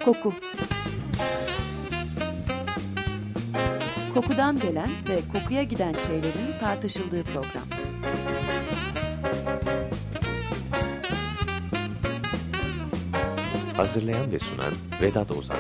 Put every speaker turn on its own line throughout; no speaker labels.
Koku. Kokudan gelen ve kokuya giden şeylerin tartışıldığı program.
Hazırlayan ve sunan Vedat Ozan.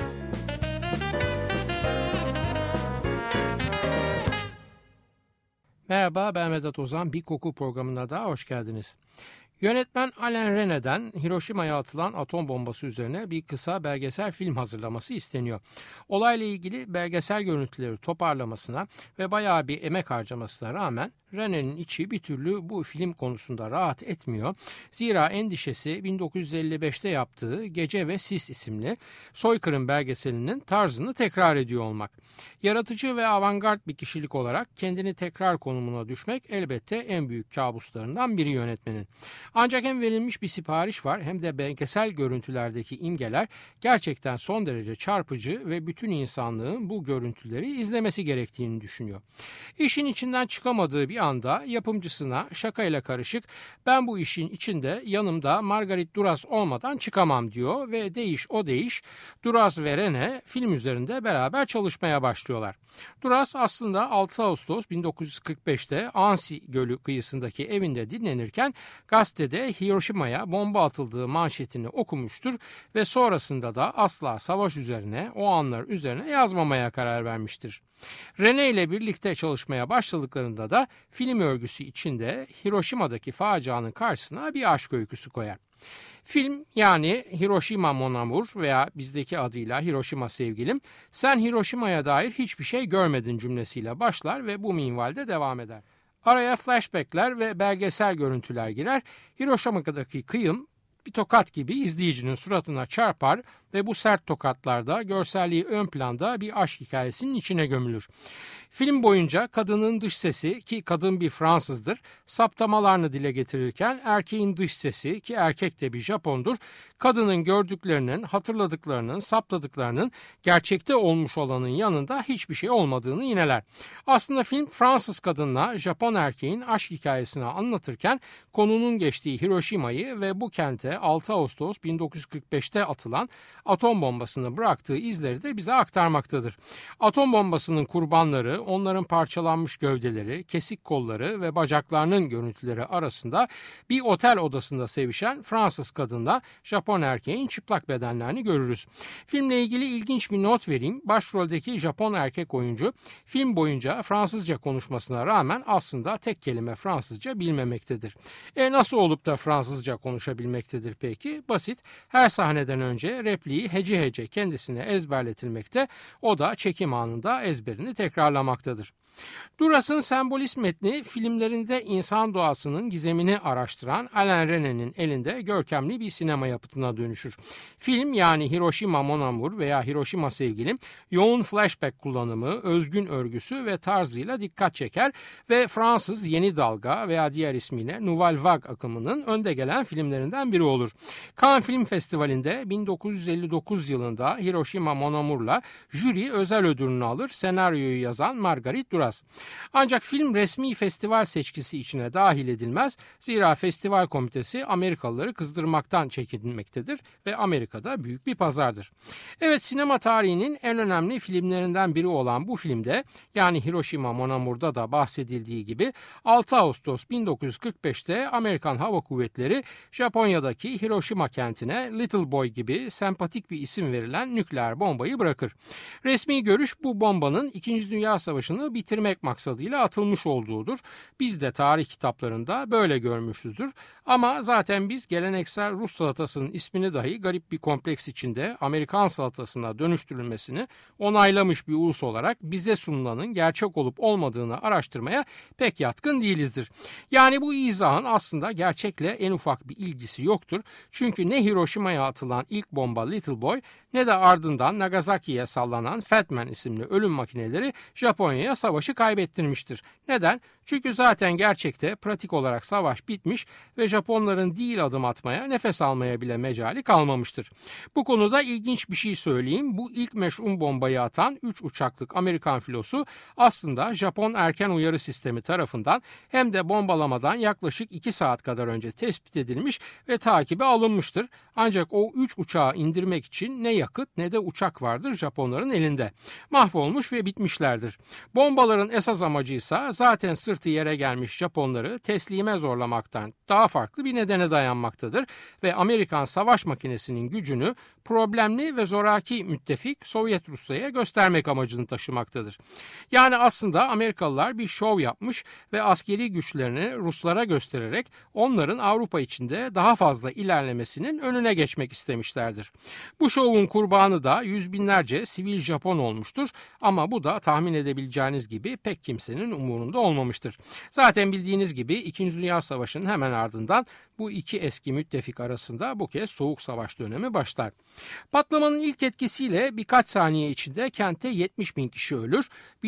Merhaba, ben Vedat Ozan. Bir koku programına daha hoş geldiniz. Yönetmen Alain Resnais'den Hiroşima'ya atılan atom bombası üzerine bir kısa belgesel film hazırlaması isteniyor. Olayla ilgili belgesel görüntüleri toparlamasına ve bayağı bir emek harcamasına rağmen Resnais'in içi bir türlü bu film konusunda rahat etmiyor. Zira endişesi 1955'te yaptığı Gece ve Sis isimli soykırım belgeselinin tarzını tekrar ediyor olmak. Yaratıcı ve avantgard bir kişilik olarak kendini tekrar konumuna düşmek elbette en büyük kabuslarından biri yönetmenin. Ancak hem verilmiş bir sipariş var hem de belgesel görüntülerdeki imgeler gerçekten son derece çarpıcı ve bütün insanlığın bu görüntüleri izlemesi gerektiğini düşünüyor. İşin içinden çıkamadığı bir anda yapımcısına şakayla karışık "Ben bu işin içinde yanımda Marguerite Duras olmadan çıkamam" diyor ve değiş Duras ve Resnais film üzerinde beraber çalışmaya başlıyorlar. Duras aslında 6 Ağustos 1945'te Annecy Gölü kıyısındaki evinde dinlenirken gazetede Hiroşima'ya bomba atıldığı manşetini okumuştur ve sonrasında da asla savaş üzerine, o anlar üzerine yazmamaya karar vermiştir. Resnais ile birlikte çalışmaya başladıklarında da film örgüsü içinde Hiroşima'daki facianın karşısına bir aşk öyküsü koyar. Film, yani Hiroşima Mon Amour veya bizdeki adıyla Hiroşima Sevgilim, "Sen Hiroşima'ya dair hiçbir şey görmedin" cümlesiyle başlar ve bu minvalde devam eder. Araya flashbackler ve belgesel görüntüler girer. Hiroşima'daki kıyım bir tokat gibi izleyicinin suratına çarpar ve bu sert tokatlarda görselliği ön planda bir aşk hikayesinin içine gömülür. Film boyunca kadının dış sesi, ki kadın bir Fransızdır, saptamalarını dile getirirken erkeğin dış sesi, ki erkek de bir Japondur, kadının gördüklerinin, hatırladıklarının, saptadıklarının gerçekte olmuş olanın yanında hiçbir şey olmadığını yineler. Aslında film Fransız kadınla Japon erkeğin aşk hikayesini anlatırken konunun geçtiği Hiroşima'yı ve bu kente 6 Ağustos 1945'te atılan atom bombasını bıraktığı izleri de bize aktarmaktadır. Atom bombasının kurbanları, onların parçalanmış gövdeleri, kesik kolları ve bacaklarının görüntüleri arasında bir otel odasında sevişen Fransız kadınla Japon erkeğin çıplak bedenlerini görürüz. Filmle ilgili ilginç bir not vereyim. Başroldeki Japon erkek oyuncu film boyunca Fransızca konuşmasına rağmen aslında tek kelime Fransızca bilmemektedir. Nasıl olup da Fransızca konuşabilmektedir peki? Basit. Her sahneden önce repliği hece hece kendisine ezberletilmekte, o da çekim anında ezberini tekrarlamaktadır. Duras'ın sembolist metni filmlerinde insan doğasının gizemini araştıran Alain Resnais'in elinde görkemli bir sinema yapıtına dönüşür. Film, yani Hiroşima Mon Amour veya Hiroşima Sevgilim, yoğun flashback kullanımı, özgün örgüsü ve tarzıyla dikkat çeker ve Fransız yeni dalga veya diğer ismiyle Nouvelle Vague akımının önde gelen filmlerinden biri olur. Cannes Film Festivali'nde 1959 yılında Hiroşima Mon Amour'la jüri özel ödülünü alır, senaryoyu yazan Marguerite Duras. Ancak film resmi festival seçkisi içine dahil edilmez. Zira festival komitesi Amerikalıları kızdırmaktan çekinmektedir ve Amerika'da büyük bir pazardır. Evet, sinema tarihinin en önemli filmlerinden biri olan bu filmde, yani Hiroşima Mon Amour'da da bahsedildiği gibi 6 Ağustos 1945'te Amerikan Hava Kuvvetleri Japonya'daki Hiroşima kentine Little Boy gibi sempatik bir isim verilen nükleer bombayı bırakır. Resmi görüş bu bombanın 2. Dünya Savaşı'nı bitirmek maksadıyla atılmış olduğudur. Biz de tarih kitaplarında böyle görmüşüzdür. Ama zaten biz geleneksel Rus salatasının ismini dahi garip bir kompleks içinde Amerikan salatasına dönüştürülmesini onaylamış bir ulus olarak bize sunulanın gerçek olup olmadığını araştırmaya pek yatkın değilizdir. Yani bu izahın aslında gerçekle en ufak bir ilgisi yoktur. Çünkü ne Hiroşima'ya atılan ilk bomba Little Boy ne de ardından Nagasaki'ye sallanan Fat Man isimli ölüm makineleri Japonya'ya savaşı kaybettirmiştir. Neden? Çünkü zaten gerçekte pratik olarak savaş bitmiş ve Japonların değil adım atmaya, nefes almaya bile mecali kalmamıştır. Bu konuda ilginç bir şey söyleyeyim. Bu ilk meşhum bombayı atan 3 uçaklık Amerikan filosu aslında Japon erken uyarı sistemi tarafından hem de bombalamadan yaklaşık 2 saat kadar önce tespit edilmiş ve takibe alınmıştır. Ancak o 3 uçağı indirmek için ne yakıt ne de uçak vardır Japonların elinde. Mahvolmuş ve bitmişlerdir. Bombaların esas amacı ise zaten sırtı yere gelmiş Japonları teslime zorlamaktan daha farklı bir nedene dayanmaktadır ve Amerikan savaş makinesinin gücünü problemli ve zoraki müttefik Sovyet Rusya'ya göstermek amacını taşımaktadır. Yani aslında Amerikalılar bir şov yapmış ve askeri güçlerini Ruslara göstererek onların Avrupa içinde daha fazla ilerlemesinin önüne geçmek istemişlerdir. Bu şovun kurbanı da yüz binlerce sivil Japon olmuştur ama bu da tahmin edebileceğiniz gibi pek kimsenin umurunda olmamıştır. Zaten bildiğiniz gibi 2. Dünya Savaşı'nın hemen ardından bu iki eski müttefik arasında bu kez Soğuk Savaş dönemi başlar. Patlamanın ilk etkisiyle birkaç saniye içinde kente 70 bin kişi ölür.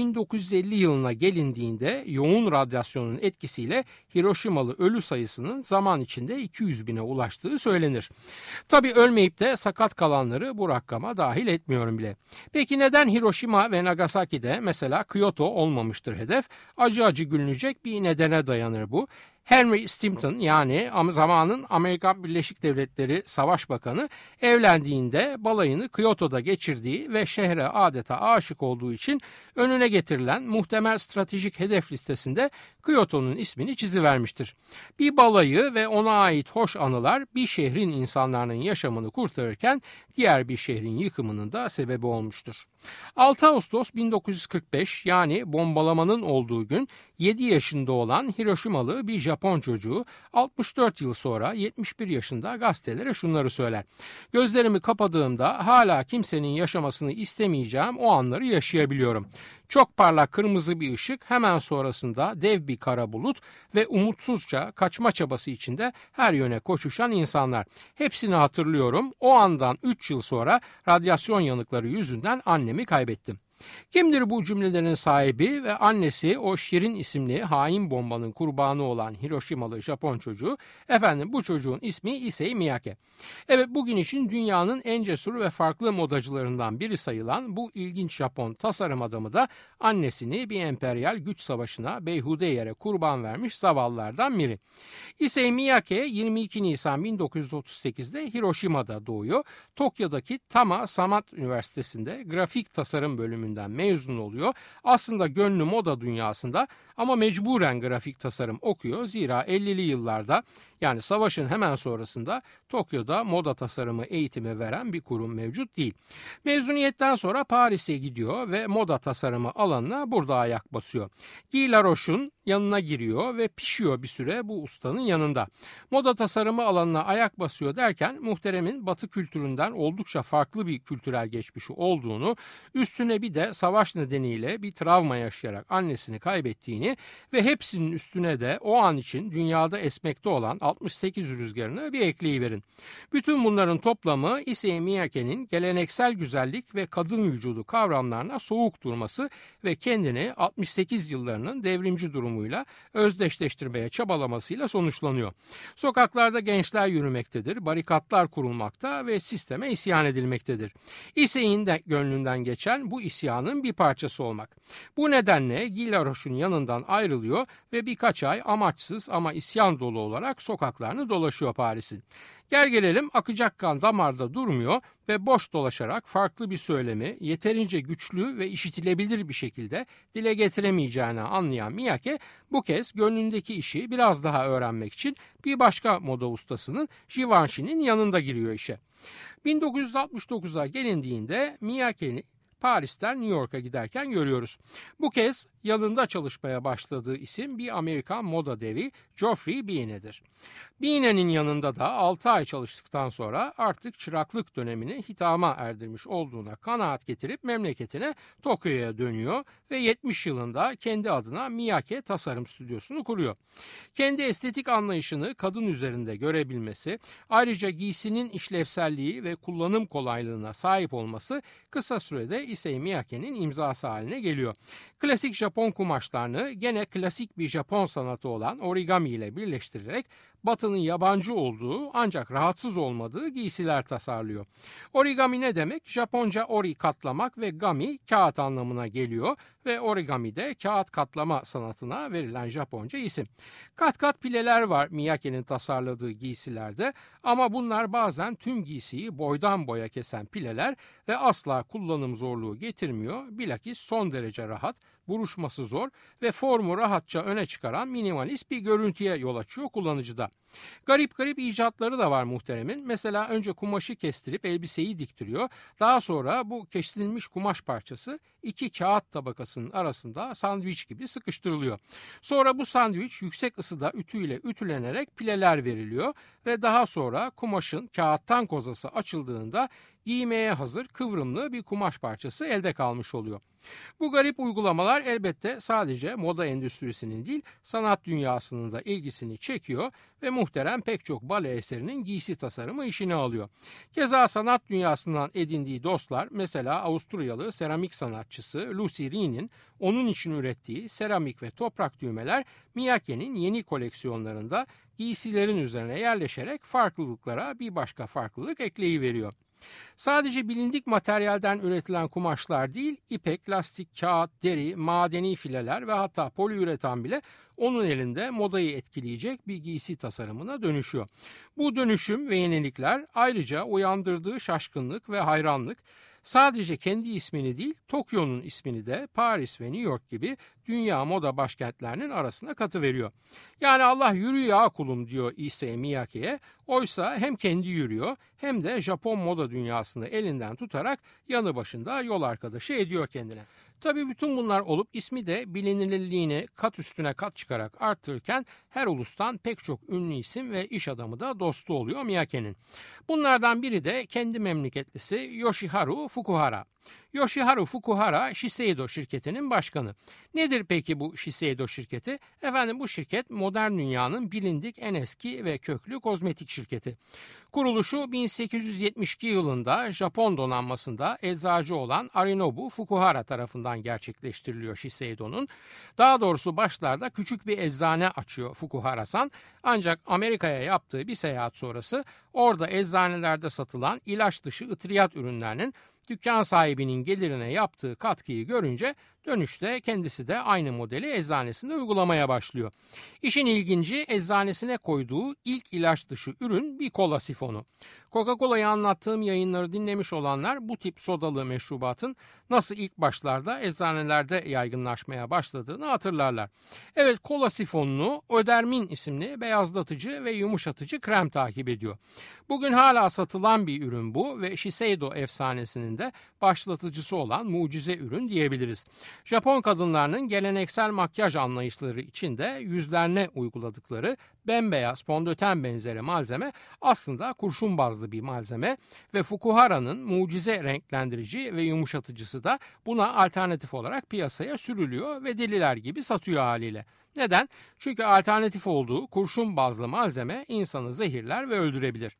1950 yılına gelindiğinde yoğun radyasyonun etkisiyle Hiroşimalı ölü sayısının zaman içinde 200 bine ulaştığı söylenir. Tabii ölmeyip de sakat kalanları bu rakama dahil etmiyorum bile. Peki neden Hiroşima ve Nagasaki'de mesela Kyoto olmamıştır hedef? Acı acı gülünecek bir nedene dayanır bu. Henry Stanton yani zamanın Amerika Birleşik Devletleri Savaş Bakanı evlendiğinde balayını Kyoto'da geçirdiği ve şehre adeta aşık olduğu için önüne getirilen muhtemel stratejik hedef listesinde Kyoto'nun ismini çizivermiştir. Bir balayı ve ona ait hoş anılar bir şehrin insanların yaşamını kurtarırken diğer bir şehrin yıkımının da sebebi olmuştur. 6 Ağustos 1945 yani bombalamanın olduğu gün 7 yaşında olan Hiroşimalı bir Japon çocuğu 64 yıl sonra 71 yaşında gazetelere şunları söyler. Gözlerimi kapadığımda hala kimsenin yaşamasını istemeyeceğim o anları yaşayabiliyorum. Çok parlak kırmızı bir ışık, hemen sonrasında dev bir kara bulut ve umutsuzca kaçma çabası içinde her yöne koşuşan insanlar. Hepsini hatırlıyorum. O andan 3 yıl sonra radyasyon yanıkları yüzünden annemi kaybettim. Kimdir bu cümlelerin sahibi ve annesi o Şirin isimli hain bombanın kurbanı olan Hiroşimalı Japon çocuğu? Efendim bu çocuğun ismi Issei Miyake. Evet bugün için dünyanın en cesur ve farklı modacılarından biri sayılan bu ilginç Japon tasarım adamı da annesini bir emperyal güç savaşına beyhude yere kurban vermiş zavallılardan biri. Issei Miyake 22 Nisan 1938'de Hiroşima'da doğuyor. Tokyo'daki Tama Samat Üniversitesi'nde grafik tasarım bölümünden mezun oluyor. Aslında gönlü moda dünyasında ama mecburen grafik tasarım okuyor. Zira 50'li yıllarda yani savaşın hemen sonrasında Tokyo'da moda tasarımı eğitimi veren bir kurum mevcut değil. Mezuniyetten sonra Paris'e gidiyor ve moda tasarımı alanına burada ayak basıyor. Guy Laroche'un yanına giriyor ve pişiyor bir süre bu ustanın yanında. Moda tasarımı alanına ayak basıyor derken muhteremin Batı kültüründen oldukça farklı bir kültürel geçmişi olduğunu, üstüne bir de savaş nedeniyle bir travma yaşayarak annesini kaybettiğini ve hepsinin üstüne de o an için dünyada esmekte olan 68 rüzgarını bir ekleyiverin. Bütün bunların toplamı Issei Miyake'nin geleneksel güzellik ve kadın vücudu kavramlarına soğuk durması ve kendini 68 yıllarının devrimci durumuyla özdeşleştirmeye çabalamasıyla sonuçlanıyor. Sokaklarda gençler yürümektedir, barikatlar kurulmakta ve sisteme isyan edilmektedir. Issei'nin de gönlünden geçen bu isyanın bir parçası olmak. Bu nedenle Guy Laroche'un yanından ayrılıyor ve birkaç ay amaçsız ama isyan dolu olarak sokaklarını dolaşıyor Paris'in. Gel gelelim akacak kan damarda durmuyor ve boş dolaşarak farklı bir söylemi yeterince güçlü ve işitilebilir bir şekilde dile getiremeyeceğini anlayan Miyake bu kez gönlündeki işi biraz daha öğrenmek için bir başka moda ustasının Givenchy'nin yanında giriyor işe. 1969'a gelindiğinde Miyake'ni Paris'ten New York'a giderken görüyoruz. Bu kez yanında çalışmaya başladığı isim bir Amerikan moda devi Geoffrey Biene'dir. Biene'nin yanında da 6 ay çalıştıktan sonra artık çıraklık dönemini hitama erdirmiş olduğuna kanaat getirip memleketine Tokyo'ya dönüyor ve 70 yılında kendi adına Miyake Tasarım Stüdyosu'nu kuruyor. Kendi estetik anlayışını kadın üzerinde görebilmesi, ayrıca giysinin işlevselliği ve kullanım kolaylığına sahip olması kısa sürede Issei Miyake'nin imzası haline geliyor. Klasik Japon kumaşlarını gene klasik bir Japon sanatı olan origami ile birleştirerek Batı'nın yabancı olduğu ancak rahatsız olmadığı giysiler tasarlıyor. Origami ne demek? Japonca ori katlamak ve gami kağıt anlamına geliyor ve origami de kağıt katlama sanatına verilen Japonca isim. Kat kat pileler var Miyake'nin tasarladığı giysilerde ama bunlar bazen tüm giysiyi boydan boya kesen pileler ve asla kullanım zorluğu getirmiyor. Bilakis son derece rahat, buruşması zor ve formu rahatça öne çıkaran minimalist bir görüntüye yol açıyor kullanıcıda. Garip garip icatları da var muhteremin. Mesela önce kumaşı kestirip elbiseyi diktiriyor. Daha sonra bu kestirilmiş kumaş parçası iki kağıt tabakasının arasında sandviç gibi sıkıştırılıyor. Sonra bu sandviç yüksek ısıda ütüyle ütülenerek pileler veriliyor ve daha sonra kumaşın kağıttan kozası açıldığında giymeye hazır kıvrımlı bir kumaş parçası elde kalmış oluyor. Bu garip uygulamalar elbette sadece moda endüstrisinin değil sanat dünyasının da ilgisini çekiyor ve muhterem pek çok bale eserinin giysi tasarımı işini alıyor. Keza sanat dünyasından edindiği dostlar mesela Avusturyalı seramik sanatçısı Lucy Rie'nin onun için ürettiği seramik ve toprak düğmeler Miyake'nin yeni koleksiyonlarında giysilerin üzerine yerleşerek farklılıklara bir başka farklılık ekleyiveriyor. Sadece bilindik materyalden üretilen kumaşlar değil, ipek, lastik, kağıt, deri, madeni fileler ve hatta poliüretan bile onun elinde modayı etkileyecek bir giysi tasarımına dönüşüyor. Bu dönüşüm ve yenilikler ayrıca uyandırdığı şaşkınlık ve hayranlık sadece kendi ismini değil, Tokyo'nun ismini de Paris ve New York gibi dünya moda başkentlerinin arasına katıveriyor. Yani Allah yürü ya kulum diyor Issey Miyake'ye. Oysa hem kendi yürüyor hem de Japon moda dünyasını elinden tutarak yanı başında yol arkadaşı ediyor kendine. Tabii bütün bunlar olup ismi de bilinirliğini kat üstüne kat çıkarak arttırırken her ulustan pek çok ünlü isim ve iş adamı da dostu oluyor Miyake'nin. Bunlardan biri de kendi memleketlisi Yoshiharu Fukuhara. Yoshiharu Fukuhara Shiseido şirketinin başkanı. Nedir peki bu Shiseido şirketi? Efendim bu şirket modern dünyanın bilindik en eski ve köklü kozmetik şirketi. Kuruluşu 1872 yılında Japon donanmasında eczacı olan Arinobu Fukuhara tarafından gerçekleştiriliyor Shiseido'nun. Daha doğrusu başlarda küçük bir eczane açıyor Fukuhara-san. Ancak Amerika'ya yaptığı bir seyahat sonrası orada eczanelerde satılan ilaç dışı ıtriyat ürünlerinin dükkan sahibinin gelirine yaptığı katkıyı görünce dönüşte kendisi de aynı modeli eczanesinde uygulamaya başlıyor. İşin ilginci eczanesine koyduğu ilk ilaç dışı ürün bir kola sifonu. Coca-Cola'yı anlattığım yayınları dinlemiş olanlar bu tip sodalı meşrubatın nasıl ilk başlarda eczanelerde yaygınlaşmaya başladığını hatırlarlar. Evet, kola sifonunu Ödermin isimli beyazlatıcı ve yumuşatıcı krem takip ediyor. Bugün hala satılan bir ürün bu ve Shiseido efsanesinin de başlatıcısı olan mucize ürün diyebiliriz. Japon kadınlarının geleneksel makyaj anlayışları içinde yüzlerine uyguladıkları bembeyaz fondöten benzeri malzeme aslında kurşun bazlı bir malzeme ve Fukuhara'nın mucize renklendirici ve yumuşatıcısı da buna alternatif olarak piyasaya sürülüyor ve deliler gibi satıyor haliyle. Neden? Çünkü alternatif olduğu kurşun bazlı malzeme insanı zehirler ve öldürebilir.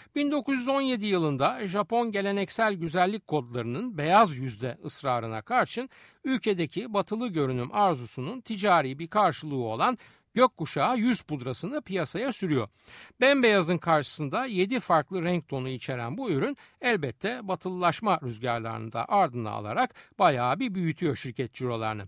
1917 yılında Japon geleneksel güzellik kodlarının beyaz yüzde ısrarına karşın ülkedeki batılı görünüm arzusunun ticari bir karşılığı olan gökkuşağı yüz pudrasını piyasaya sürüyor. Bembeyazın karşısında 7 farklı renk tonu içeren bu ürün elbette batılılaşma rüzgarlarını da ardına alarak bayağı bir büyütüyor şirket cirolarını.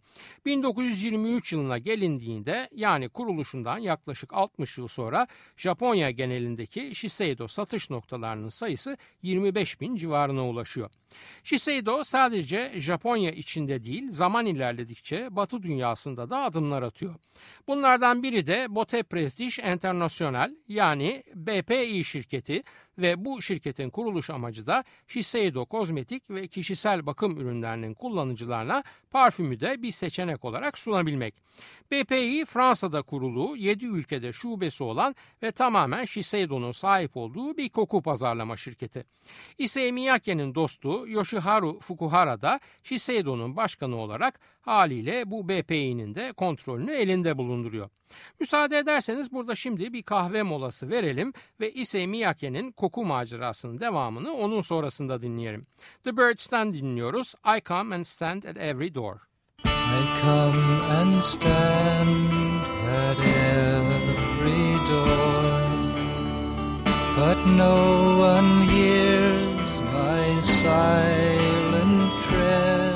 1923 yılına gelindiğinde yani kuruluşundan yaklaşık 60 yıl sonra Japonya genelindeki Shiseido satış noktalarının sayısı 25.000 civarına ulaşıyor. Shiseido sadece Japonya içinde değil zaman ilerledikçe Batı dünyasında da adımlar atıyor. Bunlardan biri de Botte Prestige International yani BPI şirketi ve bu şirketin kuruluş amacı da Shiseido kozmetik ve kişisel bakım ürünlerinin kullanıcılarına parfümü de bir seçenek olarak sunabilmek. BPI Fransa'da kurulu 7 ülkede şubesi olan ve tamamen Shiseido'nun sahip olduğu bir koku pazarlama şirketi. Issey Miyake'nin dostu Yoshiharu Fukuhara da Shiseido'nun başkanı olarak haliyle bu BPI'nin de kontrolünü elinde bulunduruyor. Müsaade ederseniz burada şimdi bir kahve molası verelim ve Issey Miyake'nin koku macerasının devamını onun sonrasında dinleyelim. The Birds'ten dinliyoruz. I come and stand at every door.
may come and stand at every door, but no one hears my silent tread.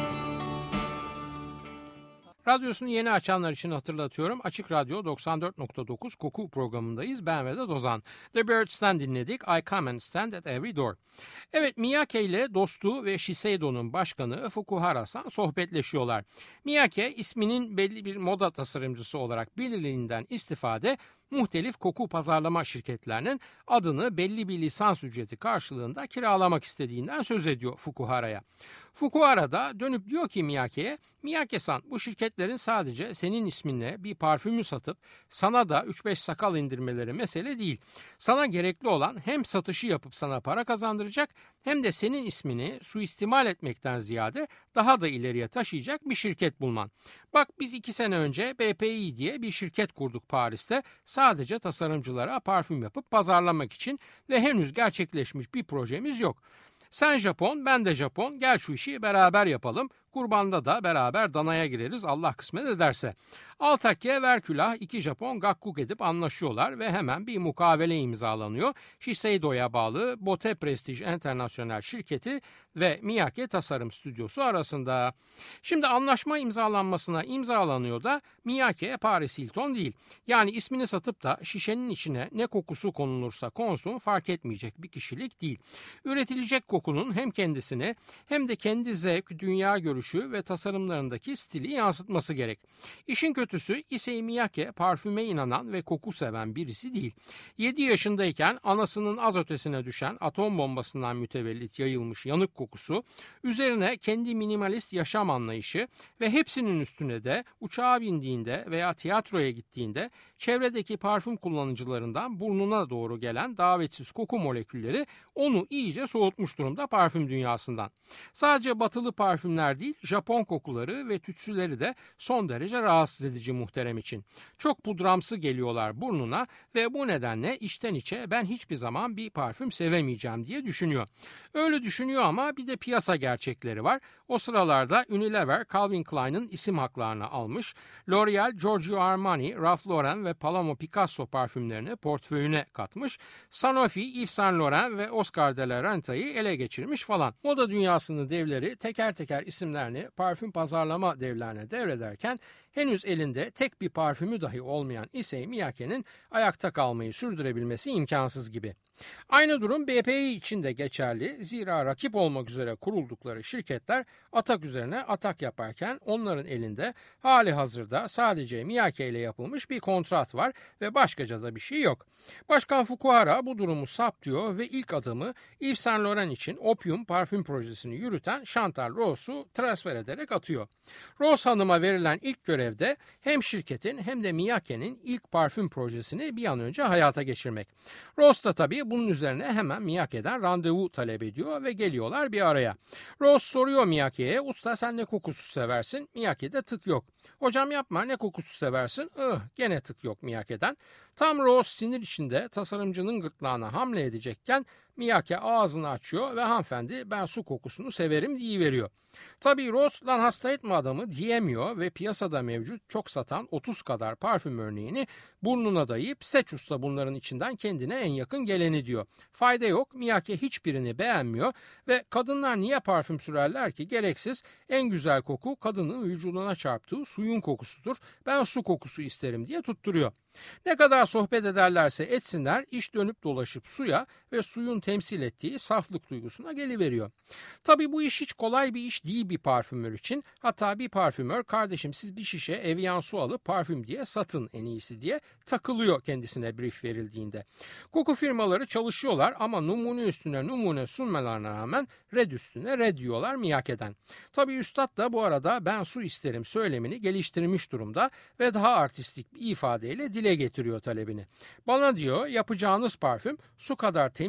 Radyosunu yeni açanlar için hatırlatıyorum. Açık Radyo 94.9 Koku programındayız. Ben Vedat Ozan. The Birds'ten dinledik. I Come and Stand at Every Door. Evet, Miyake ile dostu ve Shiseido'nun başkanı Fukuhara-san sohbetleşiyorlar. Miyake isminin belli bir moda tasarımcısı olarak belirliliğinden istifade muhtelif koku pazarlama şirketlerinin adını belli bir lisans ücreti karşılığında kiralamak istediğinden söz ediyor Fukuhara'ya. Fukuhara da dönüp diyor ki Miyake'ye, Miyake-san bu şirketlerin sadece senin isminle bir parfümü satıp sana da 3-5 sakal indirmeleri mesele değil. Sana gerekli olan hem satışı yapıp sana para kazandıracak hem de senin ismini suistimal etmekten ziyade daha da ileriye taşıyacak bir şirket bulman. Bak biz 2 sene önce BPI diye bir şirket kurduk Paris'te sadece tasarımcılara parfüm yapıp pazarlamak için ve henüz gerçekleşmiş bir projemiz yok. Sen Japon, ben de Japon, gel şu işi beraber yapalım. Kurbanda da beraber danaya gireriz Allah kısmet ederse. Altakke ver külah 2 Japon gakkuk edip anlaşıyorlar ve hemen bir mukavele imzalanıyor. Shiseido'ya bağlı Botte Prestige International şirketi ve Miyake Tasarım Stüdyosu arasında. Şimdi anlaşma imzalanmasına imzalanıyor da Miyake Paris Hilton değil. Yani ismini satıp da şişenin içine ne kokusu konulursa konsun fark etmeyecek bir kişilik değil. Üretilecek kokunun hem kendisine hem de kendi zevk, dünya görüşü ve tasarımlarındaki stili yansıtması gerek. İşin kötüsü Issey Miyake parfüme inanan ve koku seven birisi değil. 7 yaşındayken anasının az ötesine düşen atom bombasından mütevellit yayılmış yanık kokusu, üzerine kendi minimalist yaşam anlayışı ve hepsinin üstüne de uçağa bindiğinde veya tiyatroya gittiğinde çevredeki parfüm kullanıcılarından burnuna doğru gelen davetsiz koku molekülleri onu iyice soğutmuş durumda parfüm dünyasından. Sadece batılı parfümler değil, Japon kokuları ve tütsüleri de son derece rahatsız edici muhterem için. Çok pudramsı geliyorlar burnuna ve bu nedenle içten içe ben hiçbir zaman bir parfüm sevemeyeceğim diye düşünüyor. Öyle düşünüyor ama bir de piyasa gerçekleri var. O sıralarda Unilever Calvin Klein'in isim haklarını almış. L'Oreal, Giorgio Armani, Ralph Lauren ve Paloma Picasso parfümlerini portföyüne katmış. Sanofi, Yves Saint Laurent ve Oscar de la Renta'yı ele geçirmiş falan. Moda dünyasının devleri teker teker isimlerini parfüm pazarlama devlerine devrederken henüz elinde tek bir parfümü dahi olmayan Issey Miyake'nin ayakta kalmayı sürdürebilmesi imkansız gibi. Aynı durum BPI için de geçerli. Zira rakip olmak üzere kuruldukları şirketler atak üzerine atak yaparken onların elinde hali hazırda sadece Miyake ile yapılmış bir kontrat var ve başkaca da bir şey yok. Başkan Fukuhara bu durumu saptıyor ve ilk adımı Yves Saint Laurent için Opium parfüm projesini yürüten Chantal Rose'u transfer ederek atıyor. Rose Hanım'a verilen ilk görevde hem şirketin hem de Miyake'nin ilk parfüm projesini bir an önce hayata geçirmek. Rose da tabii bunun üzerine hemen Miyake'den randevu talep ediyor ve geliyorlar bir araya. Rose soruyor Miyake'ye, usta sen ne kokusu seversin? Miyake'de tık yok. Hocam yapma, ne kokusu seversin? Gene tık yok Miyake'den. Tam Rose sinir içinde tasarımcının gırtlağına hamle edecekken Miyake ağzını açıyor ve hanımefendi ben su kokusunu severim deyiveriyor. Tabii Rose lan hasta etme adamı diyemiyor ve piyasada mevcut çok satan 30 kadar parfüm örneğini burnuna dayayıp seç usta bunların içinden kendine en yakın geleni diyor. Fayda yok, Miyake hiçbirini beğenmiyor ve kadınlar niye parfüm sürerler ki gereksiz, en güzel koku kadının vücuduna çarptığı suyun kokusudur, ben su kokusu isterim diye tutturuyor. Ne kadar sohbet ederlerse etsinler iş dönüp dolaşıp suya ve suyun temsil ettiği saflık duygusuna geliveriyor. Tabii bu iş hiç kolay bir iş değil bir parfümör için. Hatta bir parfümör kardeşim siz bir şişe Evian su alıp parfüm diye satın en iyisi diye takılıyor kendisine brief verildiğinde. Koku firmaları çalışıyorlar ama numune üstüne numune sunmalarına rağmen red üstüne red diyorlar Miyake'den. Tabii üstad da bu arada ben su isterim söylemini geliştirmiş durumda ve daha artistik bir ifadeyle dile getiriyor talebini. Bana diyor yapacağınız parfüm su kadar temiz olmalı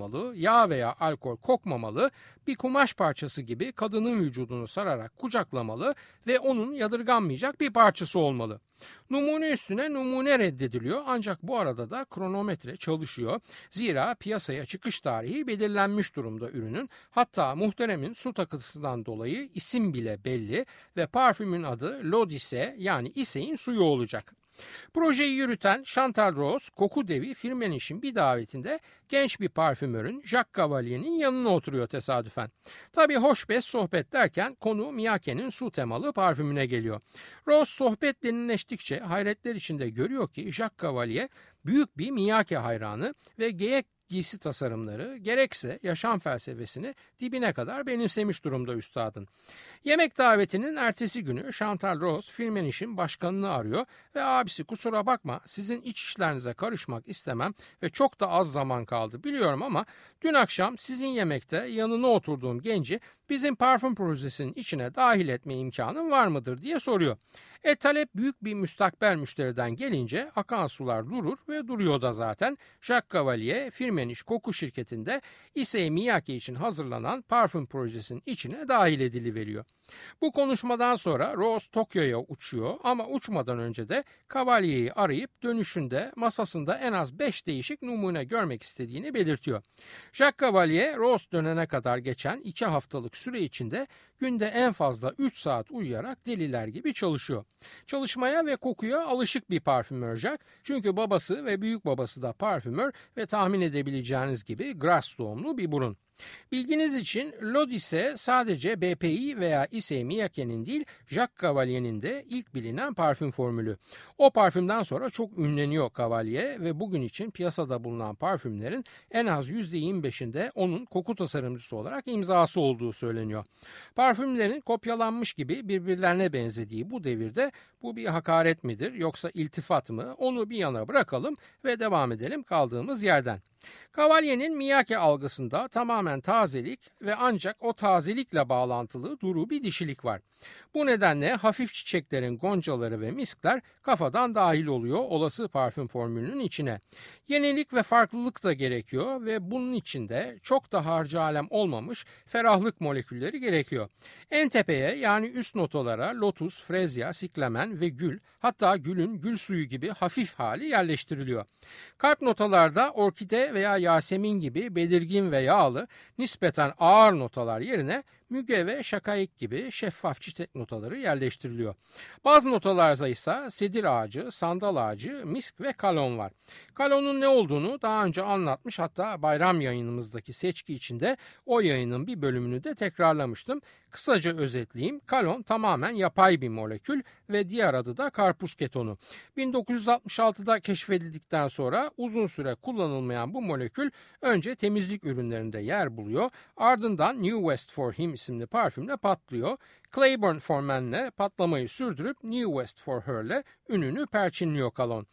olmamalı, yağ veya alkol kokmamalı, bir kumaş parçası gibi kadının vücudunu sararak kucaklamalı ve onun yadırganmayacak bir parçası olmalı. Numune üstüne numune reddediliyor ancak bu arada da kronometre çalışıyor. Zira piyasaya çıkış tarihi belirlenmiş durumda ürünün. Hatta muhteremin su takıntısından dolayı isim bile belli ve parfümün adı L'Odyssée yani İsey'in suyu olacak. Projeyi yürüten Chantal Rose, koku devi Firmenish'in bir davetinde genç bir parfümörün Jacques Cavalier'in yanına oturuyor tesadüfen. Tabii hoş beş sohbet derken konu Miyake'nin su temalı parfümüne geliyor. Rose sohbet derinleştikçe hayretler içinde görüyor ki Jacques Cavalier büyük bir Miyake hayranı ve gerek giysi tasarımları gerekse yaşam felsefesini dibine kadar benimsemiş durumda üstadın. Yemek davetinin ertesi günü Chantal Rose Firmenish'in başkanını arıyor ve abisi kusura bakma sizin iç işlerinize karışmak istemem ve çok da az zaman kaldı biliyorum ama dün akşam sizin yemekte yanına oturduğum genci bizim parfüm projesinin içine dahil etme imkanın var mıdır diye soruyor. Talep büyük bir müstakbel müşteriden gelince akan sular durur ve duruyor da zaten. Jacques Cavalier Firmenich koku şirketinde Issey Miyake için hazırlanan parfüm projesinin içine dahil ediliveriyor. Bu konuşmadan sonra Rose Tokyo'ya uçuyor ama uçmadan önce de Cavalier'i arayıp dönüşünde masasında en az 5 değişik numune görmek istediğini belirtiyor. Jacques Cavalier Rose dönene kadar geçen 2 haftalık süre içinde günde en fazla 3 saat uyuyarak deliler gibi çalışıyor. Çalışmaya ve kokuya alışık bir parfümör Jacques çünkü babası ve büyük babası da parfümör ve tahmin edebileceğiniz gibi Grasse doğumlu bir burun. Bilginiz için L'Odyssée sadece BPI veya Issey Miyake'nin değil Jacques Cavalier'in de ilk bilinen parfüm formülü. O parfümden sonra çok ünleniyor Cavalier ve bugün için piyasada bulunan parfümlerin en az %25'inde onun koku tasarımcısı olarak imzası olduğu söyleniyor. Parfümlerin kopyalanmış gibi birbirlerine benzediği bu devirde bu bir hakaret midir yoksa iltifat mı onu bir yana bırakalım ve devam edelim kaldığımız yerden. Cavalier'in Miyake algısında tamamen tazelik ve ancak o tazelikle bağlantılı duru bir dişilik var. Bu nedenle hafif çiçeklerin goncaları ve miskler kafadan dahil oluyor olası parfüm formülünün içine. Yenilik ve farklılık da gerekiyor ve bunun içinde çok da harcı alem olmamış ferahlık molekülleri gerekiyor. En tepeye yani üst notalara lotus, frezya, siklemen ve gül hatta gülün gül suyu gibi hafif hali yerleştiriliyor. Kalp notalarda orkide veya yasemin gibi belirgin ve yağlı nispeten ağır notalar yerine müge ve şakayık gibi şeffaf çiçek notaları yerleştiriliyor. Bazı notalarda ise sedir ağacı, sandal ağacı, misk ve kalon var. Kalonun ne olduğunu daha önce anlatmış hatta bayram yayınımızdaki seçki içinde o yayının bir bölümünü de tekrarlamıştım. Kısaca özetleyeyim. Kalon tamamen yapay bir molekül ve diğer adı da karpuz ketonu. 1966'da keşfedildikten sonra uzun süre kullanılmayan bu molekül önce temizlik ürünlerinde yer buluyor. Ardından New West for Him isimli parfümle patlıyor. Claiborne for Men'le patlamayı sürdürüp New West for Her'le ününü perçinliyor kalon.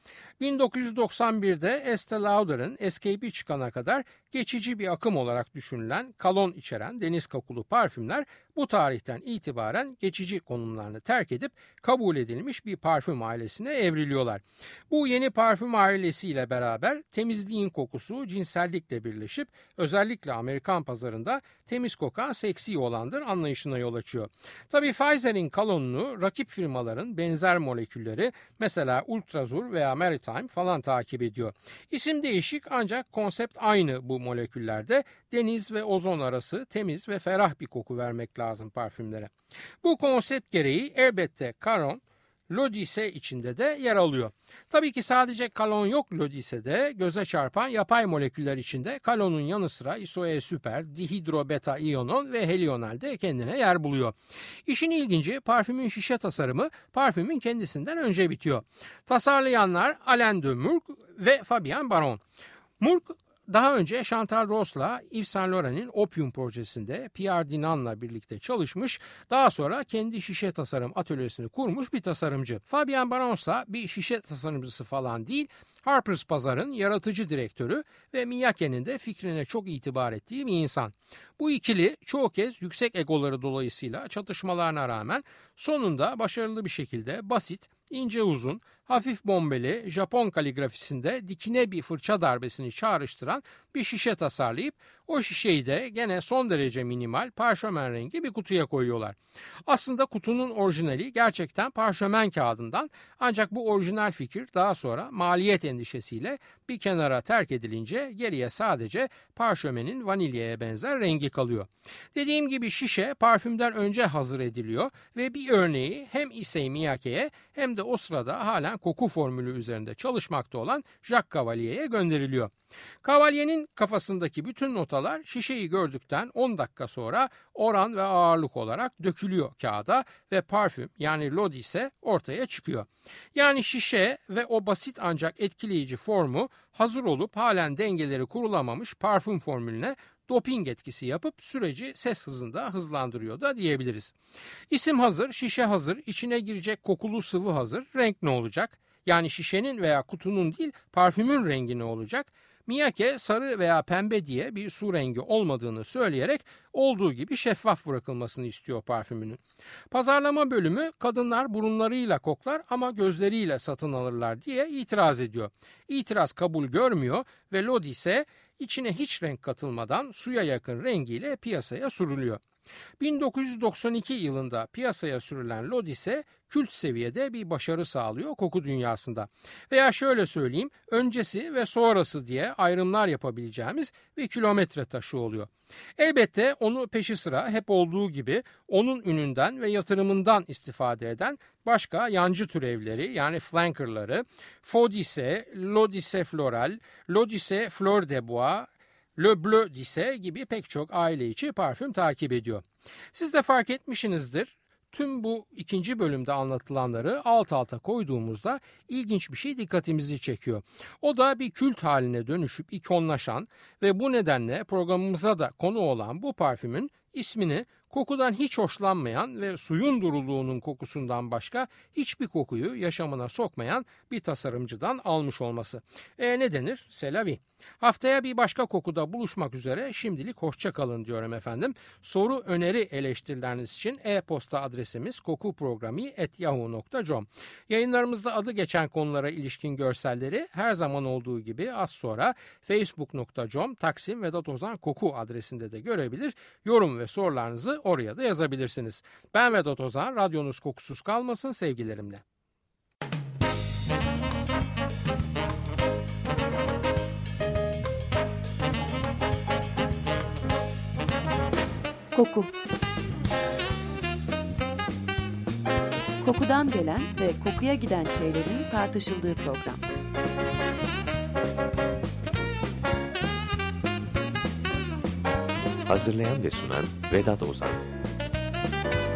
1991'de Estee Lauder'ın Escape'i çıkana kadar geçici bir akım olarak düşünülen kalon içeren deniz kokulu parfümler bu tarihten itibaren geçici konumlarını terk edip kabul edilmiş bir parfüm ailesine evriliyorlar. Bu yeni parfüm ailesiyle beraber temizliğin kokusu cinsellikle birleşip özellikle Amerikan pazarında temiz kokan seksi olandır anlayışına yol açıyor. Tabii Pfizer'in kalonunu rakip firmaların benzer molekülleri mesela Ultrazur veya Maritime falan takip ediyor. İsim değişik ancak konsept aynı bu moleküllerde. Deniz ve ozon arası temiz ve ferah bir koku vermek lazım parfümlere. Bu konsept gereği elbette Caron, L'Odyssée içinde de yer alıyor. Tabii ki sadece kalon yok L'Odyssée'de. Göze çarpan yapay moleküller içinde kalonun yanı sıra isoe süper, dihidrobeta iyonon ve helional de kendine yer buluyor. İşin ilginci parfümün şişe tasarımı parfümün kendisinden önce bitiyor. Tasarlayanlar Alain de Murg ve Fabien Baron. Murg daha önce Chantal Rose'la Yves Saint Laurent'in Opium projesinde Pierre Dinan'la birlikte çalışmış, daha sonra kendi şişe tasarım atölyesini kurmuş bir tasarımcı. Fabien Baron ise bir şişe tasarımcısı falan değil, Harper's Bazaar'ın yaratıcı direktörü ve Miyake'nin de fikrine çok itibar ettiği bir insan. Bu ikili çoğu kez yüksek egoları dolayısıyla çatışmalarına rağmen sonunda başarılı bir şekilde basit, ince uzun, hafif bombeli Japon kaligrafisinde dikine bir fırça darbesini çağrıştıran bir şişe tasarlayıp o şişeyi de gene son derece minimal parşömen rengi bir kutuya koyuyorlar. Aslında kutunun orijinali gerçekten parşömen kağıdından, ancak bu orijinal fikir daha sonra maliyet endişesiyle bir kenara terk edilince geriye sadece parşömenin vanilyaya benzer rengi kalıyor. Dediğim gibi şişe parfümden önce hazır ediliyor ve bir örneği hem Issey Miyake'ye hem de o sırada halen koku formülü üzerinde çalışmakta olan Jacques Cavalier'e gönderiliyor. Cavalier'in kafasındaki bütün notalar şişeyi gördükten 10 dakika sonra oran ve ağırlık olarak dökülüyor kağıda ve parfüm yani l'Odyssée ortaya çıkıyor. Yani şişe ve o basit ancak etkileyici formu hazır olup halen dengeleri kurulamamış parfüm formülüne doping etkisi yapıp süreci ses hızında hızlandırıyor da diyebiliriz. İsim hazır, şişe hazır, içine girecek kokulu sıvı hazır, renk ne olacak? Yani şişenin veya kutunun değil parfümün rengi ne olacak? Miyake sarı veya pembe diye bir su rengi olmadığını söyleyerek olduğu gibi şeffaf bırakılmasını istiyor parfümünün. Pazarlama bölümü kadınlar burunlarıyla koklar ama gözleriyle satın alırlar diye itiraz ediyor. İtiraz kabul görmüyor ve l'Odyssée içine hiç renk katılmadan suya yakın rengiyle piyasaya sürülüyor. 1992 yılında piyasaya sürülen l'Odyssée kült seviyede bir başarı sağlıyor koku dünyasında. Veya şöyle söyleyeyim, öncesi ve sonrası diye ayrımlar yapabileceğimiz bir kilometre taşı oluyor. Elbette onu peşi sıra hep olduğu gibi onun ününden ve yatırımından istifade eden başka yancı türevleri yani flankerları Faux-D'Issey, l'Odyssée Floral, l'Odyssée Fleur de Bois, Le Bleu d'Issey gibi pek çok aile içi parfüm takip ediyor. Siz de fark etmişsinizdir. Tüm bu ikinci bölümde anlatılanları alt alta koyduğumuzda ilginç bir şey dikkatimizi çekiyor. O da bir kült haline dönüşüp ikonlaşan ve bu nedenle programımıza da konu olan bu parfümün ismini kokudan hiç hoşlanmayan ve suyun duruluğunun kokusundan başka hiçbir kokuyu yaşamına sokmayan bir tasarımcıdan almış olması. Ne denir? C'est la vie. Haftaya bir başka kokuda buluşmak üzere, şimdilik hoşça kalın diyorum efendim. Soru, öneri, eleştirileriniz için e-posta adresimiz kokuprogrami@yahoo.com. Yayınlarımızda adı geçen konulara ilişkin görselleri her zaman olduğu gibi az sonra facebook.com/Vedat Ozan Koku adresinde de görebilir. Yorum ve sorularınızı oraya da yazabilirsiniz. Ben Vedat Ozan, radyonuz kokusuz kalmasın sevgilerimle.
Koku. Kokudan gelen ve kokuya giden şeylerin tartışıldığı program.
Hazırlayan ve sunan Vedat Ozan.